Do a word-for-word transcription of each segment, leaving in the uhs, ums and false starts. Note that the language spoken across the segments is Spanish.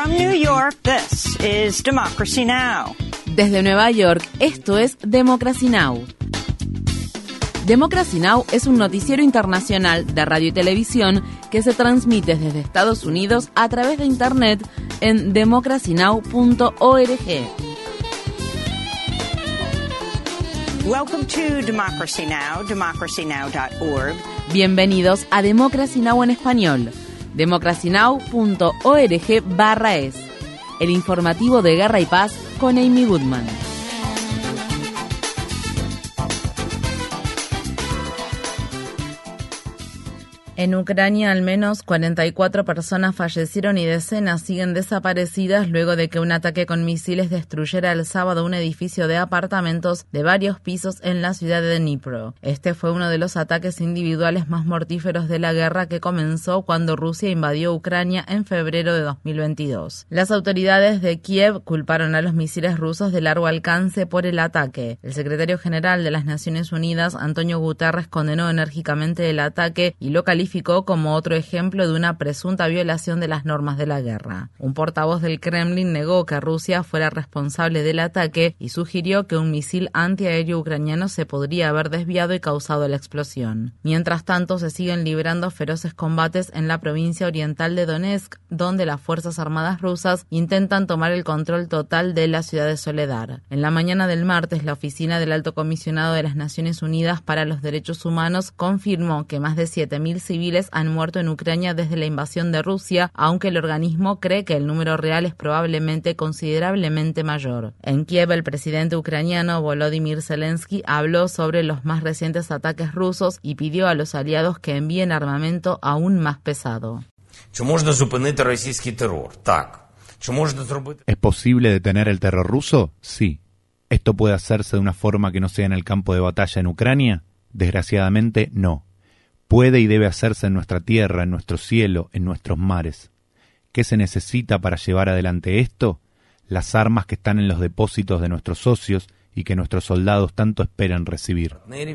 From New York, this is Democracy Now! Desde Nueva York, esto es Democracy Now! Democracy Now! Es un noticiero internacional de radio y televisión que se transmite desde Estados Unidos a través de Internet en democracy now punto org. Welcome to Democracy Now!, democracy now dot org. Bienvenidos a Democracy Now! En español, democracy now punto org barra es, el informativo de Guerra y Paz con Amy Goodman. En Ucrania, al menos cuarenta y cuatro personas fallecieron y decenas siguen desaparecidas luego de que un ataque con misiles destruyera el sábado un edificio de apartamentos de varios pisos en la ciudad de Dnipro. Este fue uno de los ataques individuales más mortíferos de la guerra que comenzó cuando Rusia invadió Ucrania en febrero de dos mil veintidós. Las autoridades de Kiev culparon a los misiles rusos de largo alcance por el ataque. El secretario general de las Naciones Unidas, Antonio Guterres, condenó enérgicamente el ataque y lo calificó como otro ejemplo de una presunta violación de las normas de la guerra. Un portavoz del Kremlin negó que Rusia fuera responsable del ataque y sugirió que un misil antiaéreo ucraniano se podría haber desviado y causado la explosión. Mientras tanto, se siguen librando feroces combates en la provincia oriental de Donetsk, donde las Fuerzas Armadas rusas intentan tomar el control total de la ciudad de Soledar. En la mañana del martes, la oficina del Alto Comisionado de las Naciones Unidas para los Derechos Humanos confirmó que más de siete mil civiles han muerto en Ucrania desde la invasión de Rusia, aunque el organismo cree que el número real es probablemente considerablemente mayor. En Kiev, el presidente ucraniano Volodymyr Zelensky habló sobre los más recientes ataques rusos y pidió a los aliados que envíen armamento aún más pesado. ¿Es posible detener el terror ruso? Sí. ¿Esto puede hacerse de una forma que no sea en el campo de batalla en Ucrania? Desgraciadamente, no. Puede y debe hacerse en nuestra tierra, en nuestro cielo, en nuestros mares. ¿Qué se necesita para llevar adelante esto? Las armas que están en los depósitos de nuestros socios y que nuestros soldados tanto esperan recibir.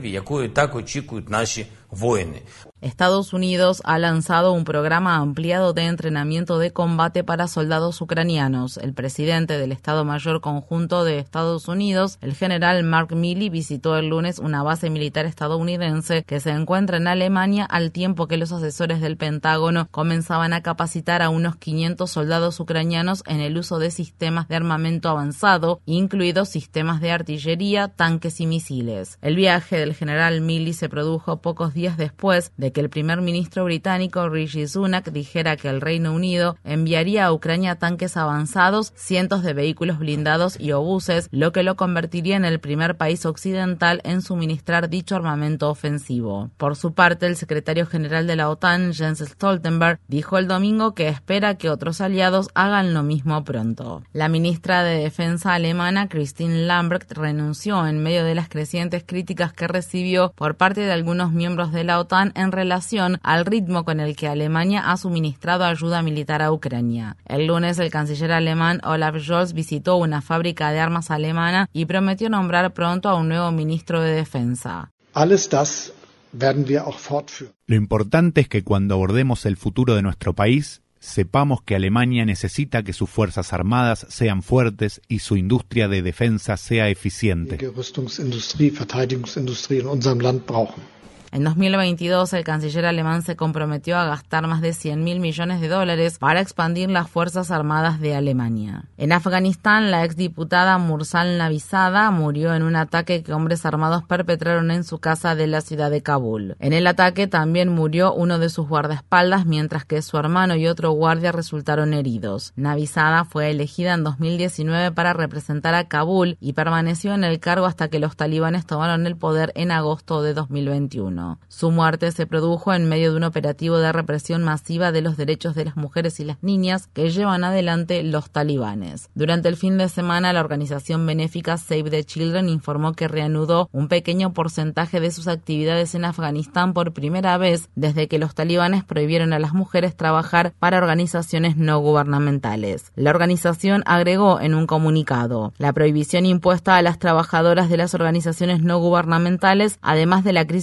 Estados Unidos ha lanzado un programa ampliado de entrenamiento de combate para soldados ucranianos. El presidente del Estado Mayor Conjunto de Estados Unidos, el general Mark Milley, visitó el lunes una base militar estadounidense que se encuentra en Alemania, al tiempo que los asesores del Pentágono comenzaban a capacitar a unos quinientos soldados ucranianos en el uso de sistemas de armamento avanzado, incluidos sistemas de artillería, tanques y misiles. El viaje del general Milley se produjo pocos días después de que el primer ministro británico Rishi Sunak dijera que el Reino Unido enviaría a Ucrania tanques avanzados, cientos de vehículos blindados y obuses, lo que lo convertiría en el primer país occidental en suministrar dicho armamento ofensivo. Por su parte, el secretario general de la OTAN, Jens Stoltenberg, dijo el domingo que espera que otros aliados hagan lo mismo pronto. La ministra de Defensa alemana, Christine Lambrecht, renunció en medio de las crecientes críticas que recibió por parte de algunos miembros de la OTAN en relación al ritmo con el que Alemania ha suministrado ayuda militar a Ucrania. El lunes, el canciller alemán Olaf Scholz visitó una fábrica de armas alemana y prometió nombrar pronto a un nuevo ministro de Defensa. Alles das werden wir auch fortführen. Lo importante es que cuando abordemos el futuro de nuestro país, sepamos que Alemania necesita que sus fuerzas armadas sean fuertes y su industria de defensa sea eficiente. Die Rüstungsindustrie, Verteidigungsindustrie in unserem Land brauchen. En dos mil veintidós, el canciller alemán se comprometió a gastar más de cien mil millones de dólares para expandir las Fuerzas Armadas de Alemania. En Afganistán, la exdiputada Mursal Nabizada murió en un ataque que hombres armados perpetraron en su casa de la ciudad de Kabul. En el ataque también murió uno de sus guardaespaldas, mientras que su hermano y otro guardia resultaron heridos. Nabizada fue elegida en dos mil diecinueve para representar a Kabul y permaneció en el cargo hasta que los talibanes tomaron el poder en agosto de dos mil veintiuno. Su muerte se produjo en medio de un operativo de represión masiva de los derechos de las mujeres y las niñas que llevan adelante los talibanes. Durante el fin de semana, la organización benéfica Save the Children informó que reanudó un pequeño porcentaje de sus actividades en Afganistán por primera vez desde que los talibanes prohibieron a las mujeres trabajar para organizaciones no gubernamentales. La organización agregó en un comunicado: la prohibición impuesta a las trabajadoras de las organizaciones no gubernamentales, además de la crisis humanitaria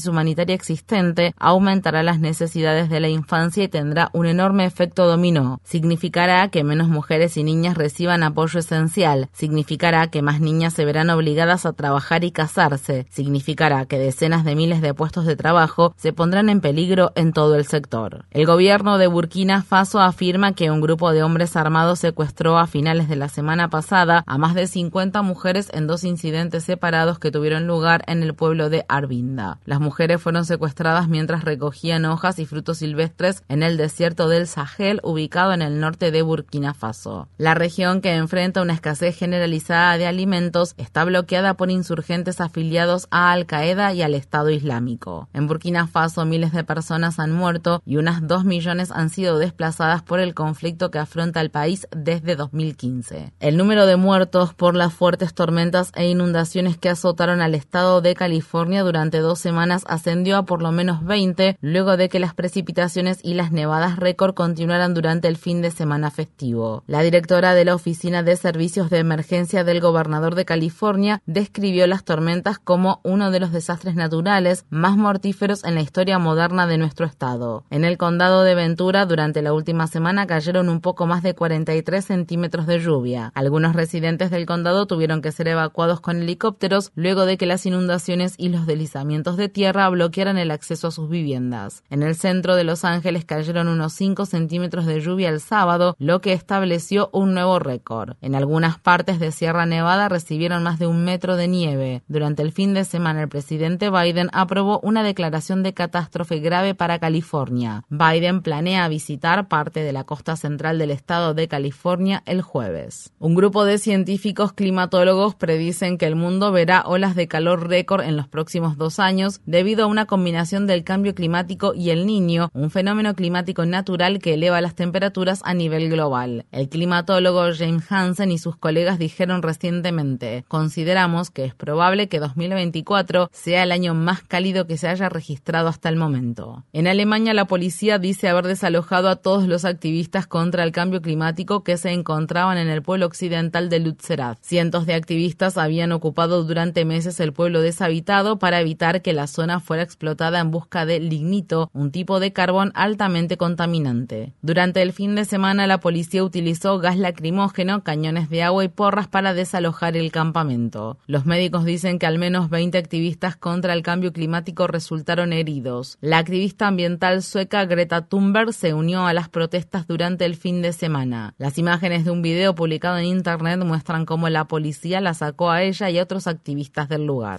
materia existente, aumentará las necesidades de la infancia y tendrá un enorme efecto dominó. Significará que menos mujeres y niñas reciban apoyo esencial. Significará que más niñas se verán obligadas a trabajar y casarse. Significará que decenas de miles de puestos de trabajo se pondrán en peligro en todo el sector. El gobierno de Burkina Faso afirma que un grupo de hombres armados secuestró a finales de la semana pasada a más de cincuenta mujeres en dos incidentes separados que tuvieron lugar en el pueblo de Arbinda. Las mujeres fueron secuestradas mientras recogían hojas y frutos silvestres en el desierto del Sahel, ubicado en el norte de Burkina Faso. La región, que enfrenta una escasez generalizada de alimentos, está bloqueada por insurgentes afiliados a Al-Qaeda y al Estado Islámico. En Burkina Faso, miles de personas han muerto y unas dos millones han sido desplazadas por el conflicto que afronta el país desde dos mil quince. El número de muertos por las fuertes tormentas e inundaciones que azotaron al estado de California durante dos semanas ascendió a por lo menos veinte, luego de que las precipitaciones y las nevadas récord continuaran durante el fin de semana festivo. La directora de la Oficina de Servicios de Emergencia del gobernador de California describió las tormentas como uno de los desastres naturales más mortíferos en la historia moderna de nuestro estado. En el condado de Ventura, durante la última semana cayeron un poco más de cuarenta y tres centímetros de lluvia. Algunos residentes del condado tuvieron que ser evacuados con helicópteros luego de que las inundaciones y los deslizamientos de tierra bloquearan el acceso a sus viviendas. En el centro de Los Ángeles cayeron unos cinco centímetros de lluvia el sábado, lo que estableció un nuevo récord. En algunas partes de Sierra Nevada recibieron más de un metro de nieve. Durante el fin de semana, el presidente Biden aprobó una declaración de catástrofe grave para California. Biden planea visitar parte de la costa central del estado de California el jueves. Un grupo de científicos climatólogos predicen que el mundo verá olas de calor récord en los próximos dos años debido a una combinación del cambio climático y el Niño, un fenómeno climático natural que eleva las temperaturas a nivel global. El climatólogo James Hansen y sus colegas dijeron recientemente: consideramos que es probable que dos mil veinticuatro sea el año más cálido que se haya registrado hasta el momento. En Alemania, la policía dice haber desalojado a todos los activistas contra el cambio climático que se encontraban en el pueblo occidental de Lützerath. Cientos de activistas habían ocupado durante meses el pueblo deshabitado para evitar que la zona fuera explotada en busca de lignito, un tipo de carbón altamente contaminante. Durante el fin de semana, la policía utilizó gas lacrimógeno, cañones de agua y porras para desalojar el campamento. Los médicos dicen que al menos veinte activistas contra el cambio climático resultaron heridos. La activista ambiental sueca Greta Thunberg se unió a las protestas durante el fin de semana. Las imágenes de un video publicado en internet muestran cómo la policía la sacó a ella y a otros activistas del lugar.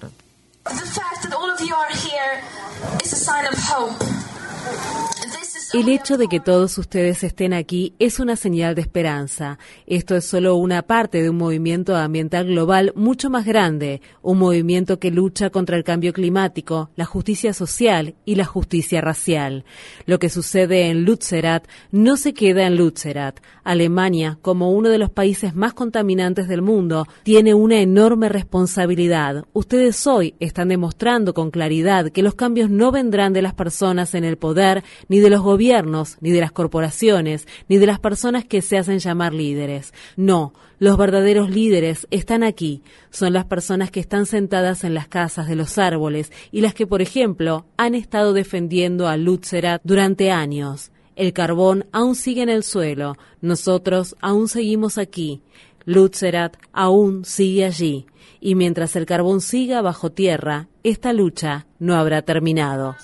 El hecho de que todos ustedes estén aquí es una señal de esperanza. Esto es solo una parte de un movimiento ambiental global mucho más grande, un movimiento que lucha contra el cambio climático, la justicia social y la justicia racial. Lo que sucede en Lützerath no se queda en Lützerath. Alemania, como uno de los países más contaminantes del mundo, tiene una enorme responsabilidad. Ustedes hoy están demostrando con claridad que los cambios no vendrán de las personas en el poder, ni de los gobiernos, ni de las corporaciones, ni de las personas que se hacen llamar líderes. No, los verdaderos líderes están aquí. Son las personas que están sentadas en las casas de los árboles y las que, por ejemplo, han estado defendiendo a Lützerath durante años. El carbón aún sigue en el suelo. Nosotros aún seguimos aquí. Lützerath aún sigue allí. Y mientras el carbón siga bajo tierra, esta lucha no habrá terminado.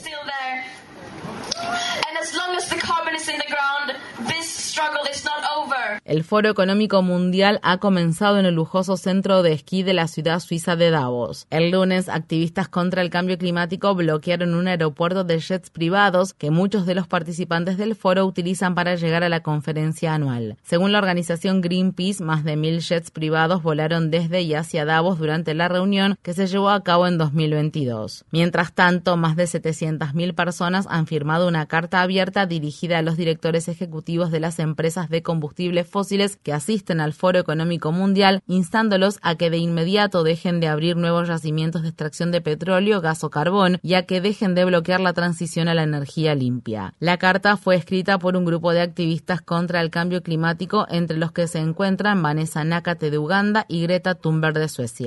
El Foro Económico Mundial ha comenzado en el lujoso centro de esquí de la ciudad suiza de Davos. El lunes, activistas contra el cambio climático bloquearon un aeropuerto de jets privados que muchos de los participantes del foro utilizan para llegar a la conferencia anual. Según la organización Greenpeace, más de mil jets privados volaron desde y hacia Davos durante la reunión que se llevó a cabo en dos mil veintidós. Mientras tanto, más de setecientas mil personas han firmado una carta abierta dirigida a los directores ejecutivos de las empresas de combustibles fósiles que asisten al Foro Económico Mundial, instándolos a que de inmediato dejen de abrir nuevos yacimientos de extracción de petróleo, gas o carbón y a que dejen de bloquear la transición a la energía limpia. La carta fue escrita por un grupo de activistas contra el cambio climático, entre los que se encuentran Vanessa Nakate de Uganda y Greta Thunberg de Suecia.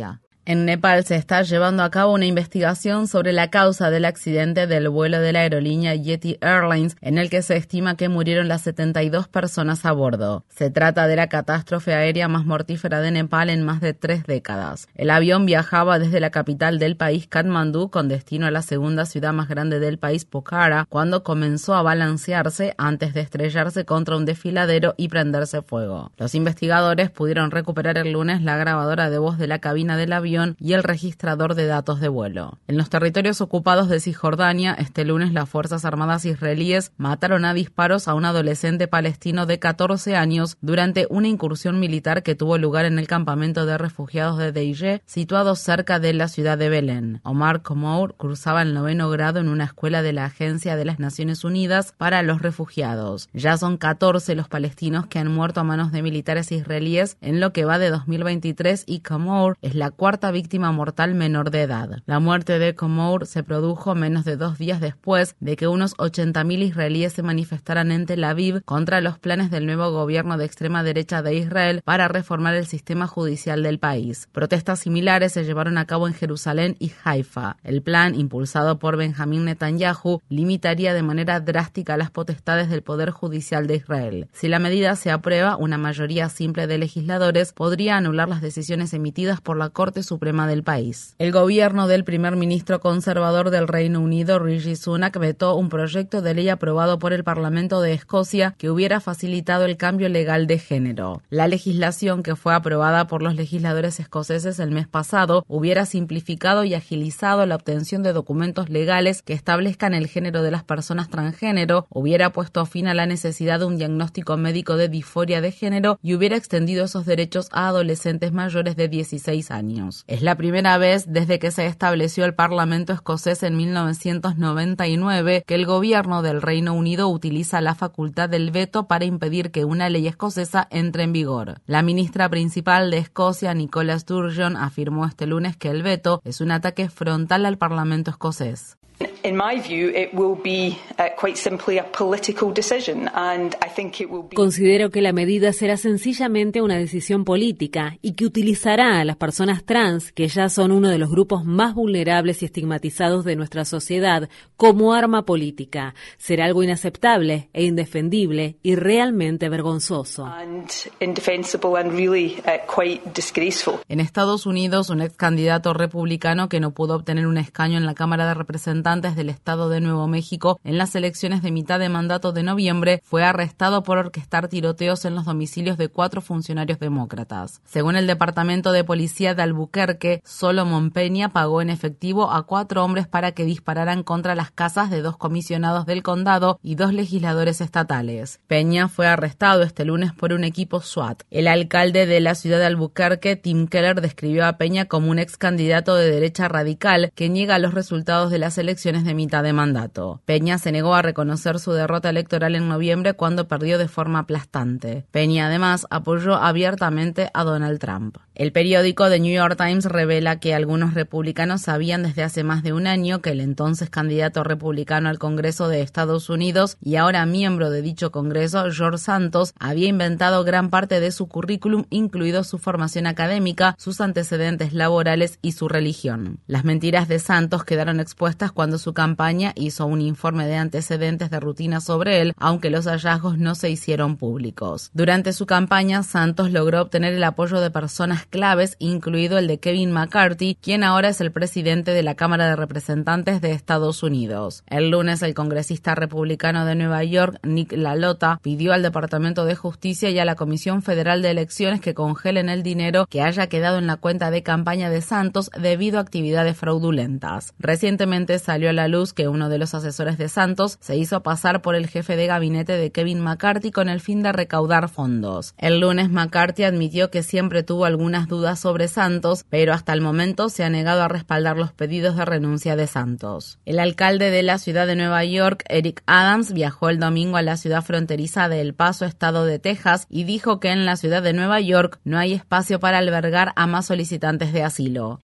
En Nepal se está llevando a cabo una investigación sobre la causa del accidente del vuelo de la aerolínea Yeti Airlines, en el que se estima que murieron las setenta y dos personas a bordo. Se trata de la catástrofe aérea más mortífera de Nepal en más de tres décadas. El avión viajaba desde la capital del país, Katmandú, con destino a la segunda ciudad más grande del país, Pokhara, cuando comenzó a balancearse antes de estrellarse contra un desfiladero y prenderse fuego. Los investigadores pudieron recuperar el lunes la grabadora de voz de la cabina del avión y el registrador de datos de vuelo. En los territorios ocupados de Cisjordania, este lunes las Fuerzas Armadas israelíes mataron a disparos a un adolescente palestino de catorce años durante una incursión militar que tuvo lugar en el campamento de refugiados de Deije, situado cerca de la ciudad de Belén. Omar Komour cursaba el noveno grado en una escuela de la Agencia de las Naciones Unidas para los Refugiados. Ya son catorce los palestinos que han muerto a manos de militares israelíes en lo que va de dos mil veintitrés y Komour es la cuarta víctima mortal menor de edad. La muerte de Komour se produjo menos de dos días después de que unos ochenta mil israelíes se manifestaran en Tel Aviv contra los planes del nuevo gobierno de extrema derecha de Israel para reformar el sistema judicial del país. Protestas similares se llevaron a cabo en Jerusalén y Haifa. El plan, impulsado por Benjamín Netanyahu, limitaría de manera drástica las potestades del Poder Judicial de Israel. Si la medida se aprueba, una mayoría simple de legisladores podría anular las decisiones emitidas por la Corte Suprema del país. El gobierno del primer ministro conservador del Reino Unido, Rishi Sunak, vetó un proyecto de ley aprobado por el Parlamento de Escocia que hubiera facilitado el cambio legal de género. La legislación, que fue aprobada por los legisladores escoceses el mes pasado, hubiera simplificado y agilizado la obtención de documentos legales que establezcan el género de las personas transgénero, hubiera puesto fin a la necesidad de un diagnóstico médico de disforia de género y hubiera extendido esos derechos a adolescentes mayores de dieciséis años. Es la primera vez desde que se estableció el Parlamento escocés en mil novecientos noventa y nueve que el gobierno del Reino Unido utiliza la facultad del veto para impedir que una ley escocesa entre en vigor. La ministra principal de Escocia, Nicola Sturgeon, afirmó este lunes que el veto es un ataque frontal al Parlamento escocés. In my view, it will be uh, quite simply a political decision, and I think it will be... Considero que la medida será sencillamente una decisión política y que utilizará a las personas trans, que ya son uno de los grupos más vulnerables y estigmatizados de nuestra sociedad, como arma política. Será algo inaceptable e indefendible y realmente vergonzoso. And indefensible and really uh, quite disgraceful. En Estados Unidos, un ex candidato republicano que no pudo obtener un escaño en la Cámara de Representantes del Estado de Nuevo México en las elecciones de mitad de mandato de noviembre fue arrestado por orquestar tiroteos en los domicilios de cuatro funcionarios demócratas. Según el Departamento de Policía de Albuquerque, Solomon Peña pagó en efectivo a cuatro hombres para que dispararan contra las casas de dos comisionados del condado y dos legisladores estatales. Peña fue arrestado este lunes por un equipo SWAT. El alcalde de la ciudad de Albuquerque, Tim Keller, describió a Peña como un ex candidato de derecha radical que niega los resultados de las elecciones de mitad de mandato. Peña se negó a reconocer su derrota electoral en noviembre cuando perdió de forma aplastante. Peña además apoyó abiertamente a Donald Trump. El periódico The New York Times revela que algunos republicanos sabían desde hace más de un año que el entonces candidato republicano al Congreso de Estados Unidos y ahora miembro de dicho Congreso, George Santos, había inventado gran parte de su currículum, incluido su formación académica, sus antecedentes laborales y su religión. Las mentiras de Santos quedaron expuestas cuando su campaña hizo un informe de antecedentes de rutina sobre él, aunque los hallazgos no se hicieron públicos. Durante su campaña, Santos logró obtener el apoyo de personas claves, incluido el de Kevin McCarthy, quien ahora es el presidente de la Cámara de Representantes de Estados Unidos. El lunes, el congresista republicano de Nueva York, Nick LaLota, pidió al Departamento de Justicia y a la Comisión Federal de Elecciones que congelen el dinero que haya quedado en la cuenta de campaña de Santos debido a actividades fraudulentas. Recientemente salió a la luz que uno de los asesores de Santos se hizo pasar por el jefe de gabinete de Kevin McCarthy con el fin de recaudar fondos. El lunes, McCarthy admitió que siempre tuvo algunas dudas sobre Santos, pero hasta el momento se ha negado a respaldar los pedidos de renuncia de Santos. El alcalde de la ciudad de Nueva York, Eric Adams, viajó el domingo a la ciudad fronteriza de El Paso, estado de Texas, y dijo que en la ciudad de Nueva York no hay espacio para albergar a más solicitantes de asilo.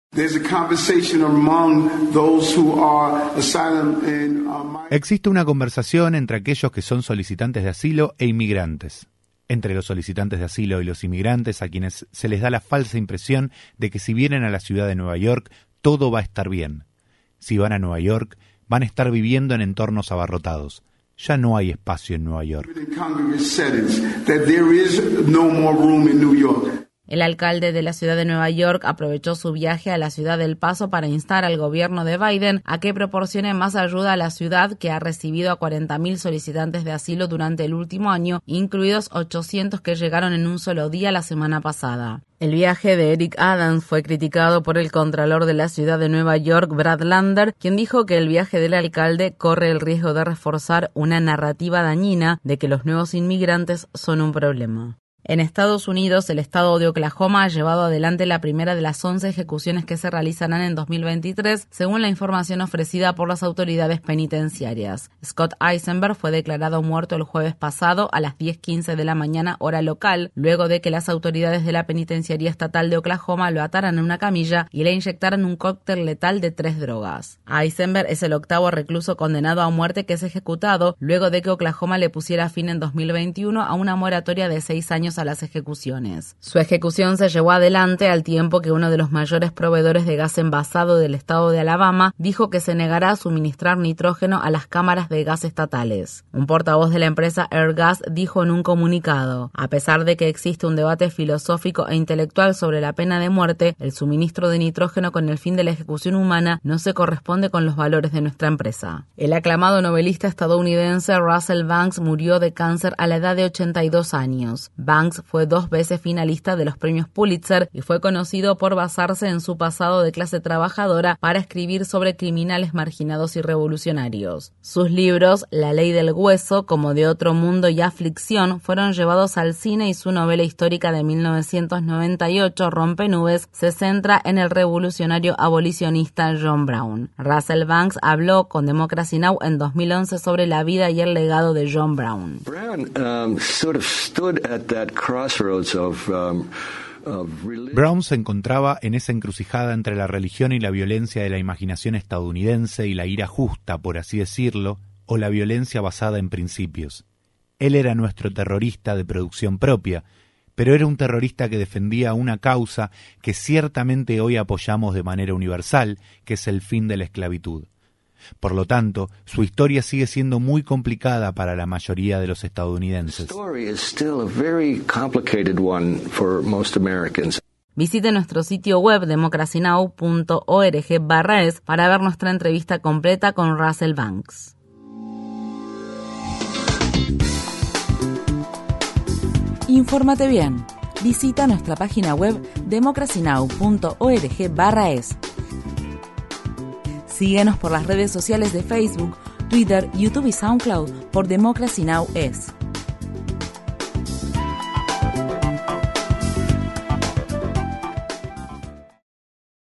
Existe una conversación entre aquellos que son solicitantes de asilo e inmigrantes. entre los solicitantes de asilo y los inmigrantes, a quienes se les da la falsa impresión de que si vienen a la ciudad de Nueva York, todo va a estar bien. Si van a Nueva York, van a estar viviendo en entornos abarrotados. Ya no hay espacio en Nueva York. El alcalde de la ciudad de Nueva York aprovechó su viaje a la ciudad del Paso para instar al gobierno de Biden a que proporcione más ayuda a la ciudad, que ha recibido a cuarenta mil solicitantes de asilo durante el último año, incluidos ochocientos que llegaron en un solo día la semana pasada. El viaje de Eric Adams fue criticado por el contralor de la ciudad de Nueva York, Brad Lander, quien dijo que el viaje del alcalde corre el riesgo de reforzar una narrativa dañina de que los nuevos inmigrantes son un problema. En Estados Unidos, el estado de Oklahoma ha llevado adelante la primera de las once ejecuciones que se realizarán en dos mil veintitrés, según la información ofrecida por las autoridades penitenciarias. Scott Eisenberg fue declarado muerto el jueves pasado a las diez quince de la mañana hora local, luego de que las autoridades de la Penitenciaría Estatal de Oklahoma lo ataran en una camilla y le inyectaran un cóctel letal de tres drogas. Eisenberg es el octavo recluso condenado a muerte que es ejecutado, luego de que Oklahoma le pusiera fin en dos mil veintiuno a una moratoria de seis años a las ejecuciones. Su ejecución se llevó adelante al tiempo que uno de los mayores proveedores de gas envasado del estado de Alabama dijo que se negará a suministrar nitrógeno a las cámaras de gas estatales. Un portavoz de la empresa Airgas dijo en un comunicado: a pesar de que existe un debate filosófico e intelectual sobre la pena de muerte, el suministro de nitrógeno con el fin de la ejecución humana no se corresponde con los valores de nuestra empresa. El aclamado novelista estadounidense Russell Banks murió de cáncer a la edad de ochenta y dos años. Banks fue dos veces finalista de los premios Pulitzer y fue conocido por basarse en su pasado de clase trabajadora para escribir sobre criminales marginados y revolucionarios. Sus libros, La ley del hueso, Como de otro mundo y Aflicción, fueron llevados al cine y su novela histórica de mil novecientos noventa y ocho, Rompenubes, se centra en el revolucionario abolicionista John Brown. Russell Banks habló con Democracy Now! En dos mil once sobre la vida y el legado de John Brown. Brown um, sort of stood at that crossroads of, um, of Brown se encontraba en esa encrucijada entre la religión y la violencia de la imaginación estadounidense y la ira justa, por así decirlo, o la violencia basada en principios. Él era nuestro terrorista de producción propia, pero era un terrorista que defendía una causa que ciertamente hoy apoyamos de manera universal, que es el fin de la esclavitud. Por lo tanto, su historia sigue siendo muy complicada para la mayoría de los estadounidenses. Visite nuestro sitio web democracy now punto org barra es para ver nuestra entrevista completa con Russell Banks. Infórmate bien. Visita nuestra página web democracy now punto org barra es. Síguenos por las redes sociales de Facebook, Twitter, YouTube y SoundCloud por Democracy Now! Es.